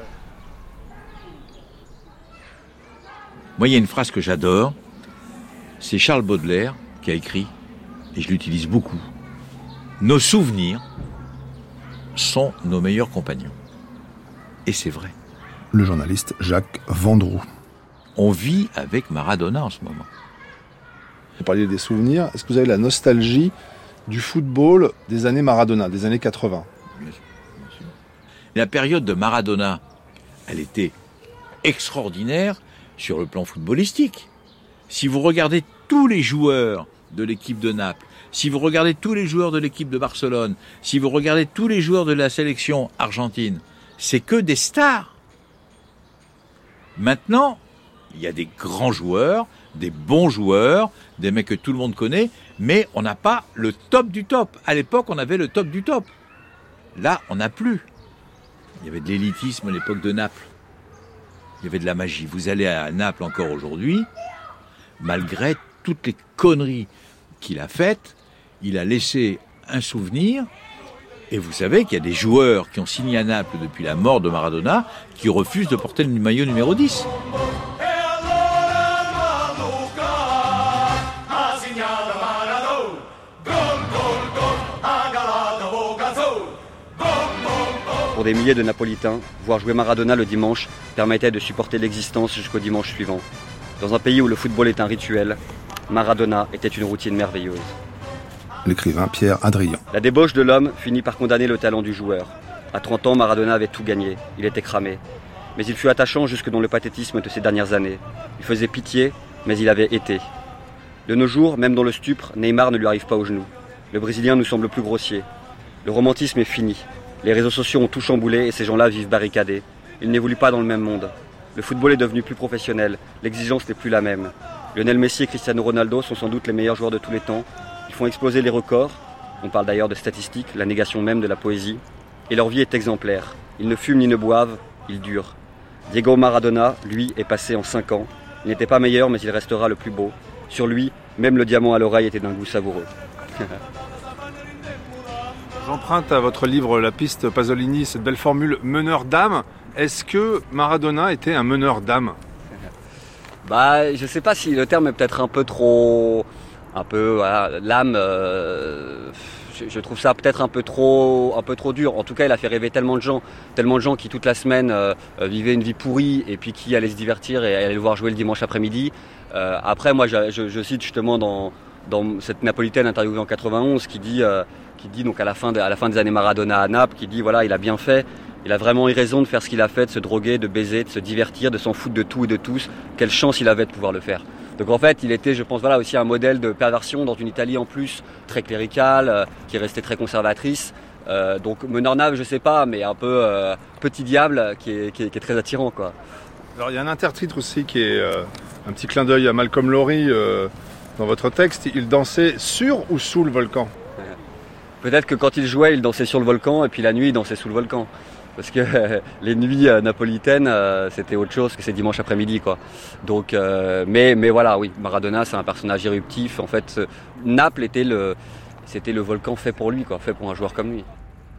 Moi, il y a une phrase que j'adore, c'est Charles Baudelaire qui a écrit, et je l'utilise beaucoup. Nos souvenirs sont nos meilleurs compagnons. Et c'est vrai. Le journaliste Jacques Vendroux. On vit avec Maradona en ce moment. Vous parliez des souvenirs. Est-ce que vous avez la nostalgie du football des années Maradona, des années 80? Bien sûr. La période de Maradona, elle était extraordinaire sur le plan footballistique. Si vous regardez tous les joueurs de l'équipe de Naples, si vous regardez tous les joueurs de l'équipe de Barcelone, si vous regardez tous les joueurs de la sélection argentine, c'est que des stars. Maintenant, il y a des grands joueurs, des bons joueurs, des mecs que tout le monde connaît, mais on n'a pas le top du top. À l'époque, on avait le top du top. Là, on n'a plus. Il y avait de l'élitisme à l'époque de Naples. Il y avait de la magie. Vous allez à Naples encore aujourd'hui, malgré toutes les conneries qu'il a faites, il a laissé un souvenir. Et vous savez qu'il y a des joueurs qui ont signé à Naples depuis la mort de Maradona qui refusent de porter le maillot numéro 10. Pour des milliers de Napolitains, voir jouer Maradona le dimanche permettait de supporter l'existence jusqu'au dimanche suivant. Dans un pays où le football est un rituel, Maradona était une routine merveilleuse. L'écrivain Pierre Adrien. La débauche de l'homme finit par condamner le talent du joueur. À 30 ans, Maradona avait tout gagné. Il était cramé. Mais il fut attachant jusque dans le pathétisme de ses dernières années. Il faisait pitié, mais il avait été. De nos jours, même dans le stupre, Neymar ne lui arrive pas aux genoux. Le Brésilien nous semble plus grossier. Le romantisme est fini. Les réseaux sociaux ont tout chamboulé et ces gens-là vivent barricadés. Ils n'évoluent pas dans le même monde. Le football est devenu plus professionnel. L'exigence n'est plus la même. Lionel Messi et Cristiano Ronaldo sont sans doute les meilleurs joueurs de tous les temps. Ils font exploser les records. On parle d'ailleurs de statistiques, la négation même de la poésie. Et leur vie est exemplaire. Ils ne fument ni ne boivent, ils durent. Diego Maradona, lui, est passé en 5 ans. Il n'était pas meilleur, mais il restera le plus beau. Sur lui, même le diamant à l'oreille était d'un goût savoureux. J'emprunte à votre livre La piste Pasolini cette belle formule meneur d'âme. Est-ce que Maradona était un meneur d'âme ? Bah, je sais pas si le terme est peut-être un peu trop... voilà, l'âme... Je trouve ça peut-être un peu trop dur. En tout cas, il a fait rêver tellement de gens qui toute la semaine vivaient une vie pourrie et puis qui allaient se divertir et allaient le voir jouer le dimanche après-midi. Après, moi, je cite justement dans cette Napolitaine interviewée en 91 qui dit donc à la fin des années Maradona à Naples, qui dit voilà, il a bien fait. Il a vraiment eu raison de faire ce qu'il a fait, de se droguer, de baiser, de se divertir, de s'en foutre de tout et de tous. Quelle chance il avait de pouvoir le faire. Donc en fait, il était, je pense, voilà, aussi un modèle de perversion dans une Italie en plus très cléricale, qui restait très conservatrice. Donc meneur d'âme, je sais pas, mais un peu petit diable qui est très attirant, quoi. Alors il y a un intertitre aussi qui est un petit clin d'œil à Malcolm Lowry dans votre texte. Il dansait sur ou sous le volcan ? Peut-être que quand il jouait, il dansait sur le volcan et puis la nuit, il dansait sous le volcan. Parce que les nuits napolitaines, c'était autre chose que ces dimanches après-midi, quoi. Donc, mais voilà, oui, Maradona, c'est un personnage éruptif. En fait, Naples c'était le volcan fait pour lui, quoi, fait pour un joueur comme lui.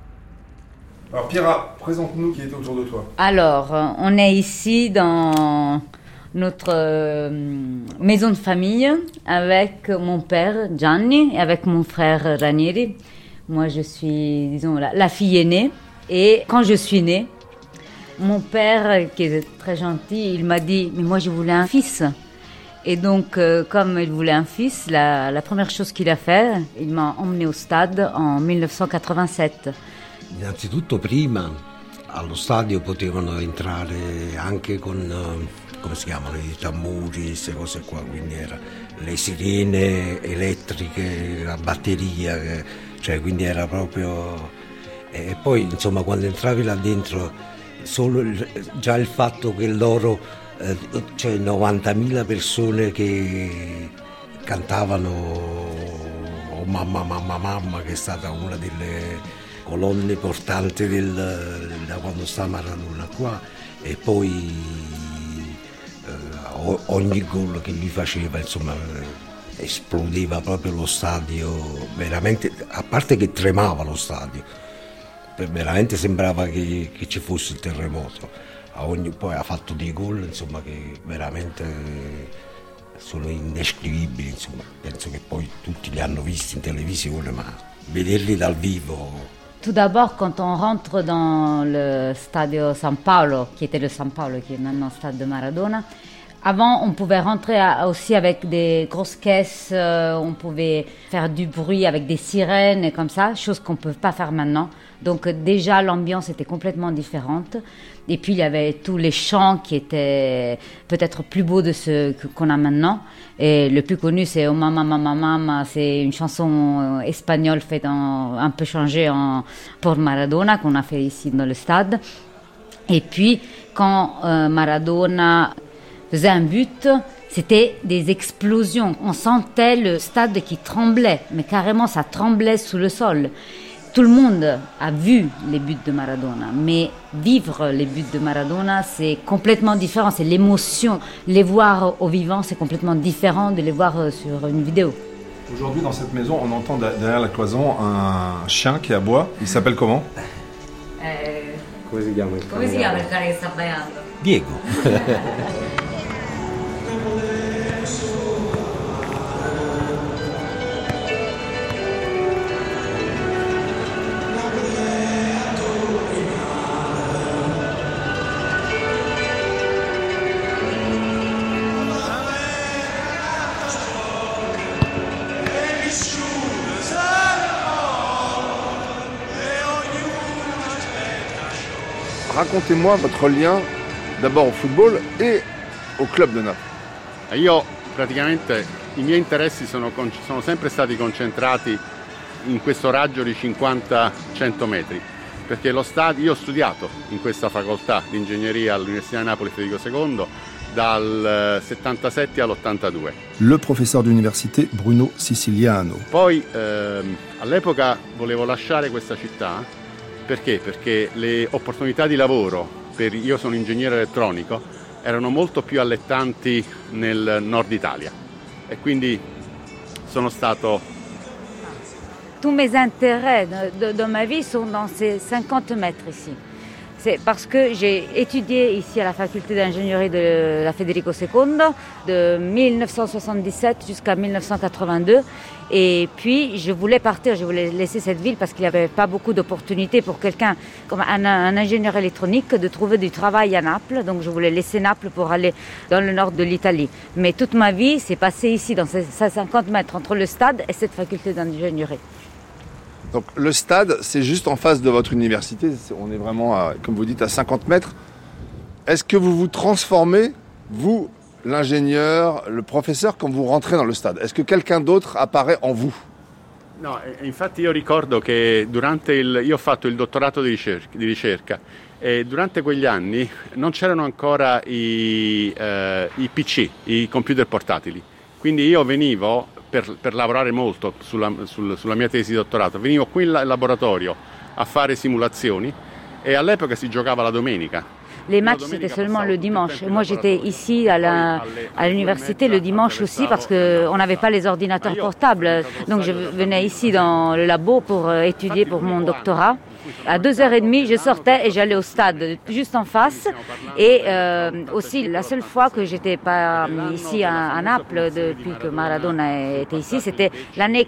Alors Piera, présente-nous qui est autour de toi. Alors, on est ici dans notre maison de famille avec mon père Gianni et avec mon frère Ranieri. Moi, je suis, disons, la fille aînée. Et quand je suis née, mon père, qui est très gentil, il m'a dit « Mais moi, je voulais un fils ». Et donc, comme il voulait un fils, la première chose qu'il a fait, il m'a emmené au stade en 1987. Innanzitutto prima allo stadio potevano entrare anche con, come si chiamano, i tamburi, queste cose qua, quindi era le sirene elettriche, la batteria, cioè quindi era proprio... E poi insomma quando entravi là dentro già il fatto che loro cioè 90.000 persone che cantavano oh mamma mamma mamma, che è stata una delle colonne portanti da quando sta Maradona qua, e poi ogni gol che lui faceva insomma esplodeva proprio lo stadio, veramente, a parte che tremava lo stadio, veramente sembrava che ci fosse il terremoto. Poi ha fatto dei gol insomma che veramente sono indescrivibili, insomma. Penso che poi tutti li hanno visti in televisione, ma vederli dal vivo. Tout d'abord, quand on rentre dans le Stadio San Paolo, qui était le San Paolo, qui est maintenant le stade de Maradona, avant, on pouvait rentrer aussi avec des grosses caisses, on pouvait faire du bruit avec des sirènes et comme ça, chose qu'on ne peut pas faire maintenant. Donc déjà, l'ambiance était complètement différente. Et puis, il y avait tous les chants qui étaient peut-être plus beaux de ceux qu'on a maintenant. Et le plus connu, c'est « Oh Mama, Mama, Mama ». C'est une chanson espagnole faite un peu changée pour Maradona, qu'on a fait ici dans le stade. Et puis, quand Maradona faisait un but, c'était des explosions. On sentait le stade qui tremblait, mais carrément ça tremblait sous le sol. Tout le monde a vu les buts de Maradona, mais vivre les buts de Maradona, c'est complètement différent. C'est l'émotion. Les voir au vivant, c'est complètement différent de les voir sur une vidéo. Aujourd'hui, dans cette maison, on entend derrière la cloison un chien qui aboie. Il s'appelle comment ? Come si chiama il cane che sta abbaiando? Diego. Racontez-moi votre lien d'abord au football e au club de Naples. Io praticamente i miei interessi sono sempre stati concentrati in questo raggio di 50-100 metri, perché lo stadio, io ho studiato in questa facoltà di ingegneria all'Università di Napoli Federico II dal 77 all'82. Le professeur d'université Bruno Siciliano. Poi all'epoca volevo lasciare questa città. Perché? Perché le opportunità di lavoro, io sono ingegnere elettronico, erano molto più allettanti nel nord Italia e quindi sono stato tous mes intérêts de ma vie sont dans ces 50 mètres ici. C'est parce que j'ai étudié ici à la faculté d'ingénierie de la Federico II de 1977 jusqu'à 1982. Et puis je voulais partir, je voulais laisser cette ville parce qu'il n'y avait pas beaucoup d'opportunités pour quelqu'un comme un ingénieur électronique de trouver du travail à Naples. Donc je voulais laisser Naples pour aller dans le nord de l'Italie. Mais toute ma vie s'est passée ici, dans ces 50 mètres entre le stade et cette faculté d'ingénierie. Donc le stade, c'est juste en face de votre université. On est vraiment, comme vous dites, à 50 mètres. Est-ce que vous vous transformez, vous, l'ingénieur, le professeur, quand vous rentrez dans le stade? Est-ce que quelqu'un d'autre apparaît en vous? No, infatti io ricordo che io ho fatto il dottorato di ricerca e durante quegli anni non c'erano ancora i PC, i computer portatili. Quindi io venivo per lavorare molto sulla mia tesi di dottorato, venivo qui in laboratorio a fare simulazioni e all'epoca si giocava la domenica. Les matchs, c'était seulement le dimanche. Moi, j'étais ici à l'université le dimanche aussi parce qu'on n'avait pas les ordinateurs portables. Donc, je venais ici dans le labo pour étudier pour mon doctorat. À 2h30, je sortais et j'allais au stade, juste en face. Et aussi, la seule fois que j'étais pas ici à Naples depuis que Maradona était ici, c'était l'année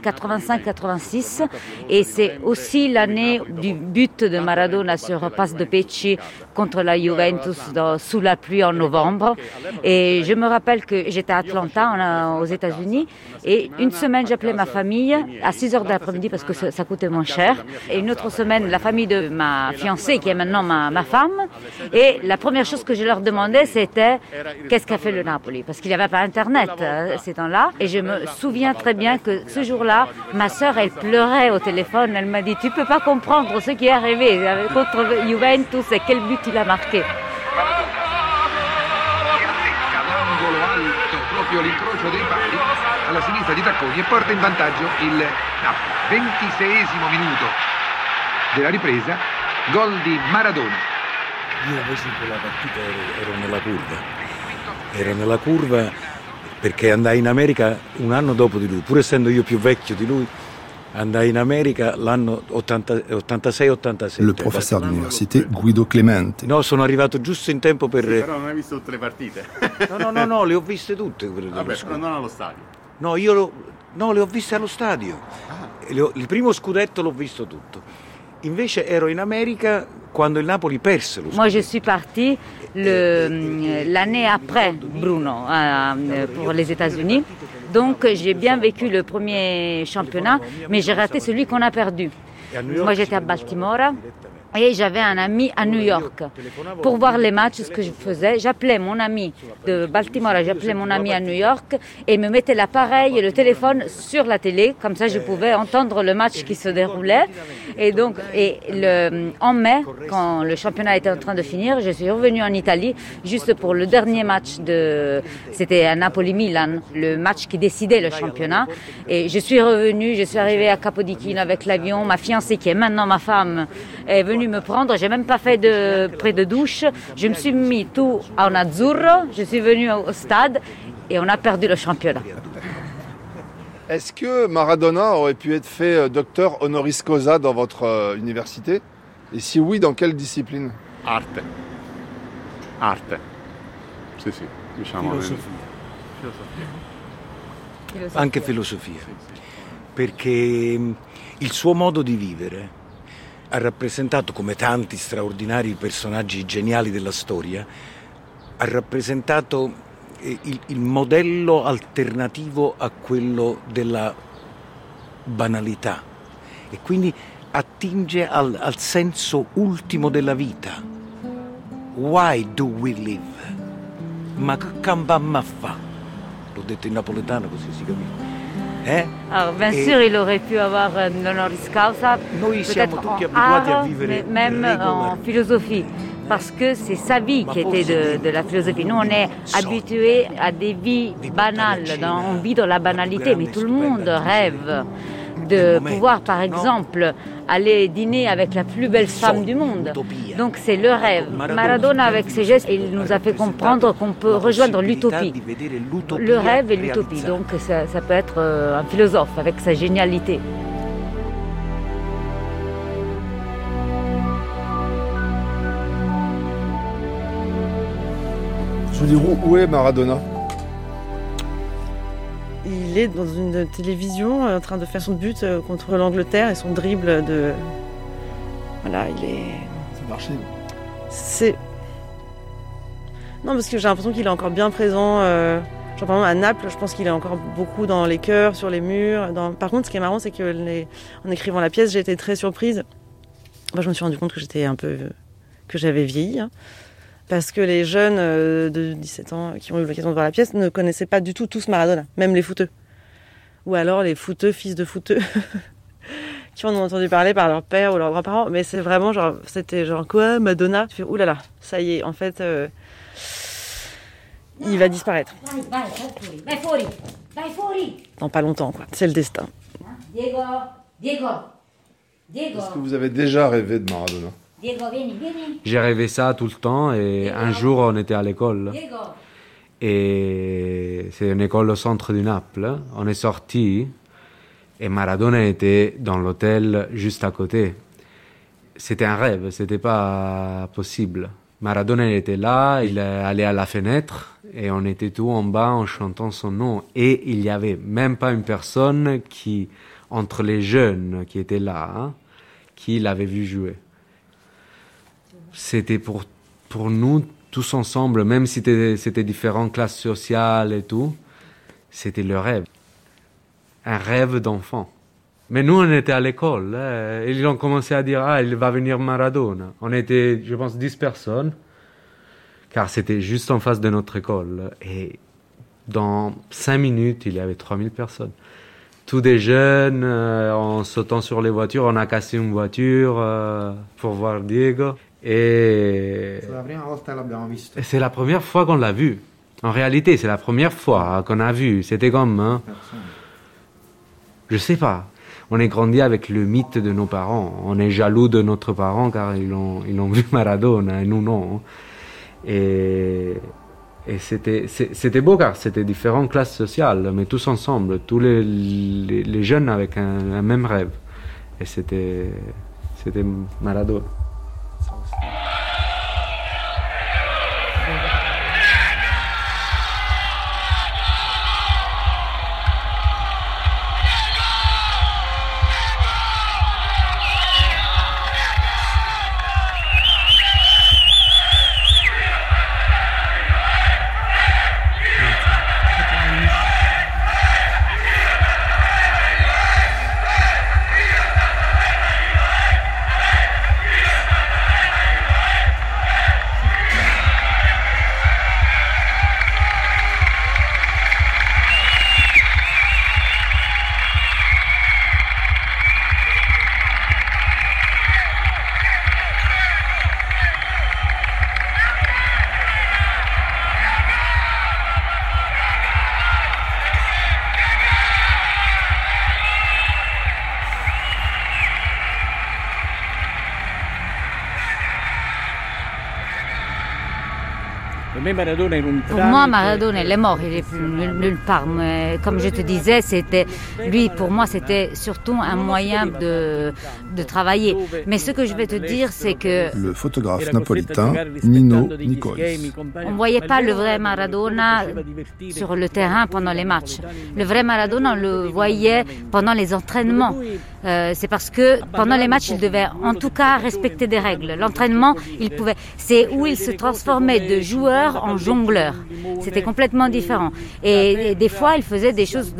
85-86. Et c'est aussi l'année du but de Maradona sur passe de Pecci contre la Juventus sous la pluie en novembre. Et je me rappelle que j'étais à Atlanta, aux États-Unis. Et une semaine, j'appelais ma famille à 6h de l'après-midi parce que ça coûtait moins cher. Et une autre semaine, la famille de ma fiancée, qui est maintenant ma femme. Et la première chose que je leur demandais, c'était qu'est-ce qu'a fait le Napoli? Parce qu'il n'y avait pas Internet ces temps-là. Et je me souviens très bien que ce jour-là, ma sœur, elle pleurait au téléphone. Elle m'a dit, tu peux pas comprendre ce qui est arrivé contre Juventus et quel but il a marqué. L'incrocio dei pali alla sinistra di Tacconi e porta in vantaggio il Napoli. 26esimo minuto della ripresa, gol di Maradona. Io invece in quella partita ero nella curva perché andai in America un anno dopo di lui, pur essendo io più vecchio di lui. Andai in America l'anno 86-87. Le professeur d'université Guido Clemente. No, sono arrivato giusto in tempo per... Però non hai visto tutte le partite? No, le ho viste tutte. Vabbè, però non allo stadio. No, le ho viste allo stadio. Il primo scudetto l'ho visto tutto. Invece ero in America quando il Napoli perse lo scudetto. Moi, je suis partie l'année après Bruno pour les États-Unis. Donc j'ai bien vécu le premier championnat, mais j'ai raté celui qu'on a perdu. Moi j'étais à Baltimore et j'avais un ami à New York. Pour voir les matchs, ce que je faisais, j'appelais mon ami de Baltimore, j'appelais mon ami à New York et il me mettait l'appareil et le téléphone sur la télé, comme ça je pouvais entendre le match qui se déroulait. Et donc, en mai, quand le championnat était en train de finir, je suis revenue en Italie juste pour le dernier match c'était à Napoli-Milan, le match qui décidait le championnat. Et je suis revenue, je suis arrivée à Capodichino avec l'avion, ma fiancée qui est maintenant ma femme est venue me prendre, j'ai même pas fait de près de douche, je me suis mis tout en azzurro, je suis venue au stade et on a perdu le championnat. Est-ce que Maradona aurait pu être fait docteur honoris causa dans votre université? Et si oui, dans quelle discipline? Arte. Sì, diciamo. Filosofia. Anche filosofia. Perché il suo modo di vivere ha rappresentato, come tanti straordinari personaggi geniali della storia, ha rappresentato il modello alternativo a quello della banalità e quindi attinge al senso ultimo della vita. Why do we live? Ma che cambamma fa? L'ho detto in napoletano così si capisce. Alors bien sûr, il aurait pu avoir l'honoris causa, peut-être en art, mais même en philosophie, parce que c'est sa vie qui était de la philosophie. Nous, on est habitués à des vies banales, on vit dans la banalité, mais tout le monde rêve de pouvoir, par exemple, aller dîner avec la plus belle femme du monde. Donc c'est le rêve. Maradona, avec ses gestes, il nous a fait comprendre qu'on peut rejoindre l'utopie. Le rêve et l'utopie. Donc ça peut être un philosophe avec sa génialité. Je veux dire, où est Maradona? Il est dans une télévision en train de faire son but contre l'Angleterre et son dribble de... Voilà, il est... C'est marché. C'est... Non, parce que j'ai l'impression qu'il est encore bien présent. Genre, par exemple, à Naples, je pense qu'il est encore beaucoup dans les chœurs, sur les murs. Par contre, ce qui est marrant, c'est qu'en écrivant la pièce, j'ai été très surprise. Moi, je me suis rendu compte que que j'avais vieilli. Hein. Parce que les jeunes de 17 ans qui ont eu l'occasion de voir la pièce ne connaissaient pas du tout tous Maradona, même les footeux. Ou alors les footeux, fils de footeux, qui en ont entendu parler par leur père ou leurs grands-parents. Mais c'est vraiment genre, c'était genre quoi, Madonna? Tu fais, oulala, ça y est, en fait, il va disparaître. Vai fuori, vai fuori. Dans pas longtemps, quoi. C'est le destin. Diego. Est-ce que vous avez déjà rêvé de Maradona? Diego, vieni. J'ai rêvé ça tout le temps et un jour on était à l'école. Diego. Et c'est une école au centre du Naples. On est sorti et Maradona était dans l'hôtel juste à côté. C'était un rêve, c'était pas possible. Maradona il était là, il allait à la fenêtre et on était tous en bas en chantant son nom. Et il n'y avait même pas une personne entre les jeunes qui étaient là, qui l'avait vu jouer. C'était pour nous, tous ensemble, même si c'était différentes classes sociales et tout, c'était le rêve. Un rêve d'enfant. Mais nous, on était à l'école. Ils ont commencé à dire, il va venir Maradona. On était, je pense, 10 personnes, car c'était juste en face de notre école. Et dans 5 minutes, il y avait 3000 personnes. Tous des jeunes, en sautant sur les voitures, on a cassé une voiture pour voir Diego. Et c'est la première fois qu'on l'a vu. En réalité, c'est la première fois qu'on a vu. C'était comme... je sais pas. On est grandi avec le mythe de nos parents. On est jaloux de notre parents car ils ont vu Maradona et nous non. Et c'était beau car c'était différentes classes sociales, mais tous ensemble, tous les jeunes avec un même rêve. Et c'était Maradona. Pour moi, Maradona, il est mort, il est plus nulle part. Mais comme je te disais, pour moi, c'était surtout un moyen de travailler. Mais ce que je vais te dire, c'est que... Le photographe napolitain Nino Nicolis. On ne voyait pas le vrai Maradona sur le terrain pendant les matchs. Le vrai Maradona, on le voyait pendant les entraînements. C'est parce que pendant les matchs, il devait en tout cas respecter des règles. L'entraînement, c'est où il se transformait de joueur en jongleur. C'était complètement différent. Et des fois, il faisait des choses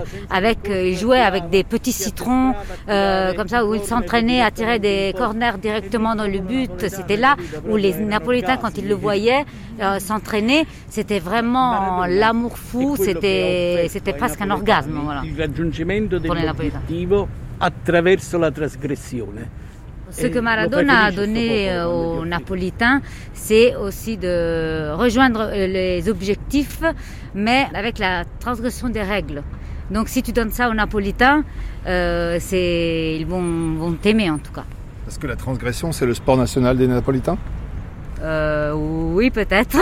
il jouait avec des petits citrons, comme ça, où il s'entraînait à tirer des corners directement dans le but. C'était là où les Napolitains, quand ils le voyaient s'entraîner, c'était vraiment l'amour fou, c'était presque un orgasme, voilà, pour les Napolitains. Attraverso la trasgressione. Ce que Maradona a donné aux Napolitains, c'est aussi de rejoindre les objectifs, mais avec la transgression des règles. Donc si tu donnes ça aux Napolitains, ils vont t'aimer en tout cas. Est-ce que la transgression, c'est le sport national des Napolitains? Oui, peut-être.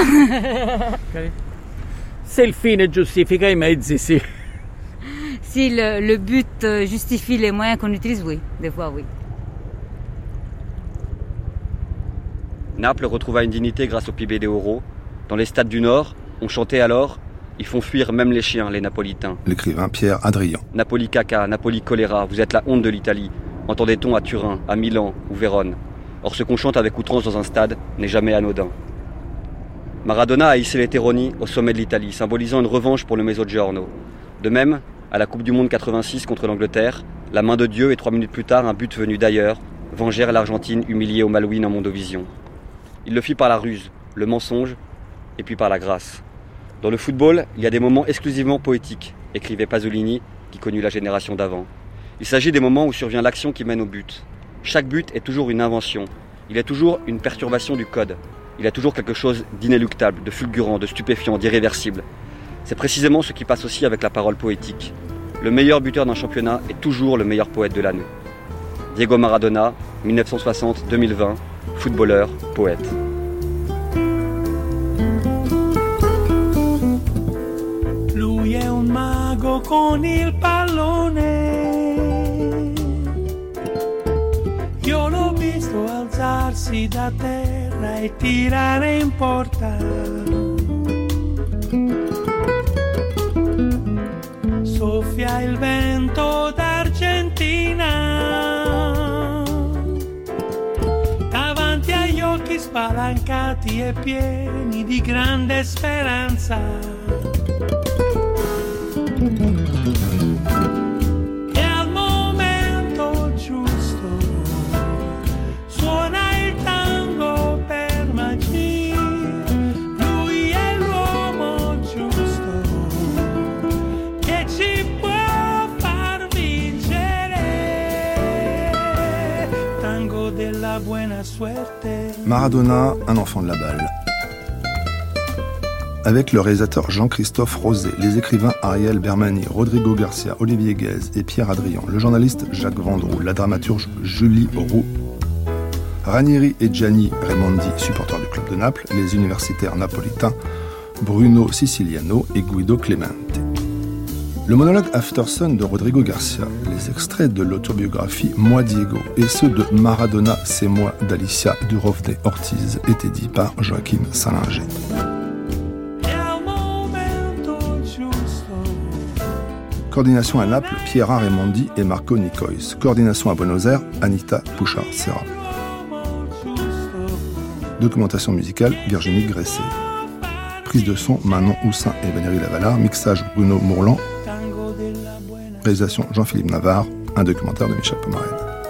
Se il fine giustifica i mezzi, sì. Si le but justifie les moyens qu'on utilise, oui, des fois oui. Naples retrouva une dignité grâce au PIB des euros Dans les stades du Nord, on chantait alors « Ils font fuir même les chiens, les Napolitains ». L'écrivain Pierre Hadrian. Napoli caca, Napoli choléra, vous êtes la honte de l'Italie. Entendait-on à Turin, à Milan ou Vérone. Or ce qu'on chante avec outrance dans un stade n'est jamais anodin. Maradona a hissé les Terroni au sommet de l'Italie, symbolisant une revanche pour le Mezzogiorno. De même, à la Coupe du Monde 86 contre l'Angleterre, la main de Dieu et 3 minutes plus tard, un but venu d'ailleurs, vengèrent l'Argentine humiliée au Malouine en Mondovision. Il le fit par la ruse, le mensonge, et puis par la grâce. Dans le football, il y a des moments exclusivement poétiques, écrivait Pasolini, qui connut la génération d'avant. Il s'agit des moments où survient l'action qui mène au but. Chaque but est toujours une invention, il est toujours une perturbation du code. Il y a toujours quelque chose d'inéluctable, de fulgurant, de stupéfiant, d'irréversible. C'est précisément ce qui passe aussi avec la parole poétique. Le meilleur buteur d'un championnat est toujours le meilleur poète de l'année. Diego Maradona, 1960-2020, footballeur, poète. Lui è un mago con il pallone. Io l'ho visto alzarsi da terra e tirare in porta. Soffia il vento d'Argentina. Davanti agli occhi spalancati e pieni di grande speranza. E al momento giusto suona il tango per magia. Lui è l'uomo giusto che ci può far vincere. Tango della buena suerte. Maradona, un enfant de la balle. Avec le réalisateur Jean-Christophe Rosé, les écrivains Ariel Bermani, Rodrigo Garcia, Olivier Guèze et Pierre Hadrian, le journaliste Jacques Vendroux, la dramaturge Julie Roux, Ranieri et Gianni Raimondi, supporters du club de Naples, les universitaires napolitains Bruno Siciliano et Guido Clemente. Le monologue After Sun de Rodrigo Garcia, les extraits de l'autobiographie Moi Diego et ceux de Maradona, c'est moi d'Alicia Durovne Ortiz étaient dits par Joachim Salinger. Coordination à Naples, Piera Raimondi et Marco Nicois. Coordination à Buenos Aires, Anita Pouchard-Serra. Documentation musicale, Virginie Gressé. Prise de son, Manon Houssin et Valérie Lavalard. Mixage, Bruno Mourlan. Réalisation, Jean-Philippe Navarre. Un documentaire de Michel Pomarène.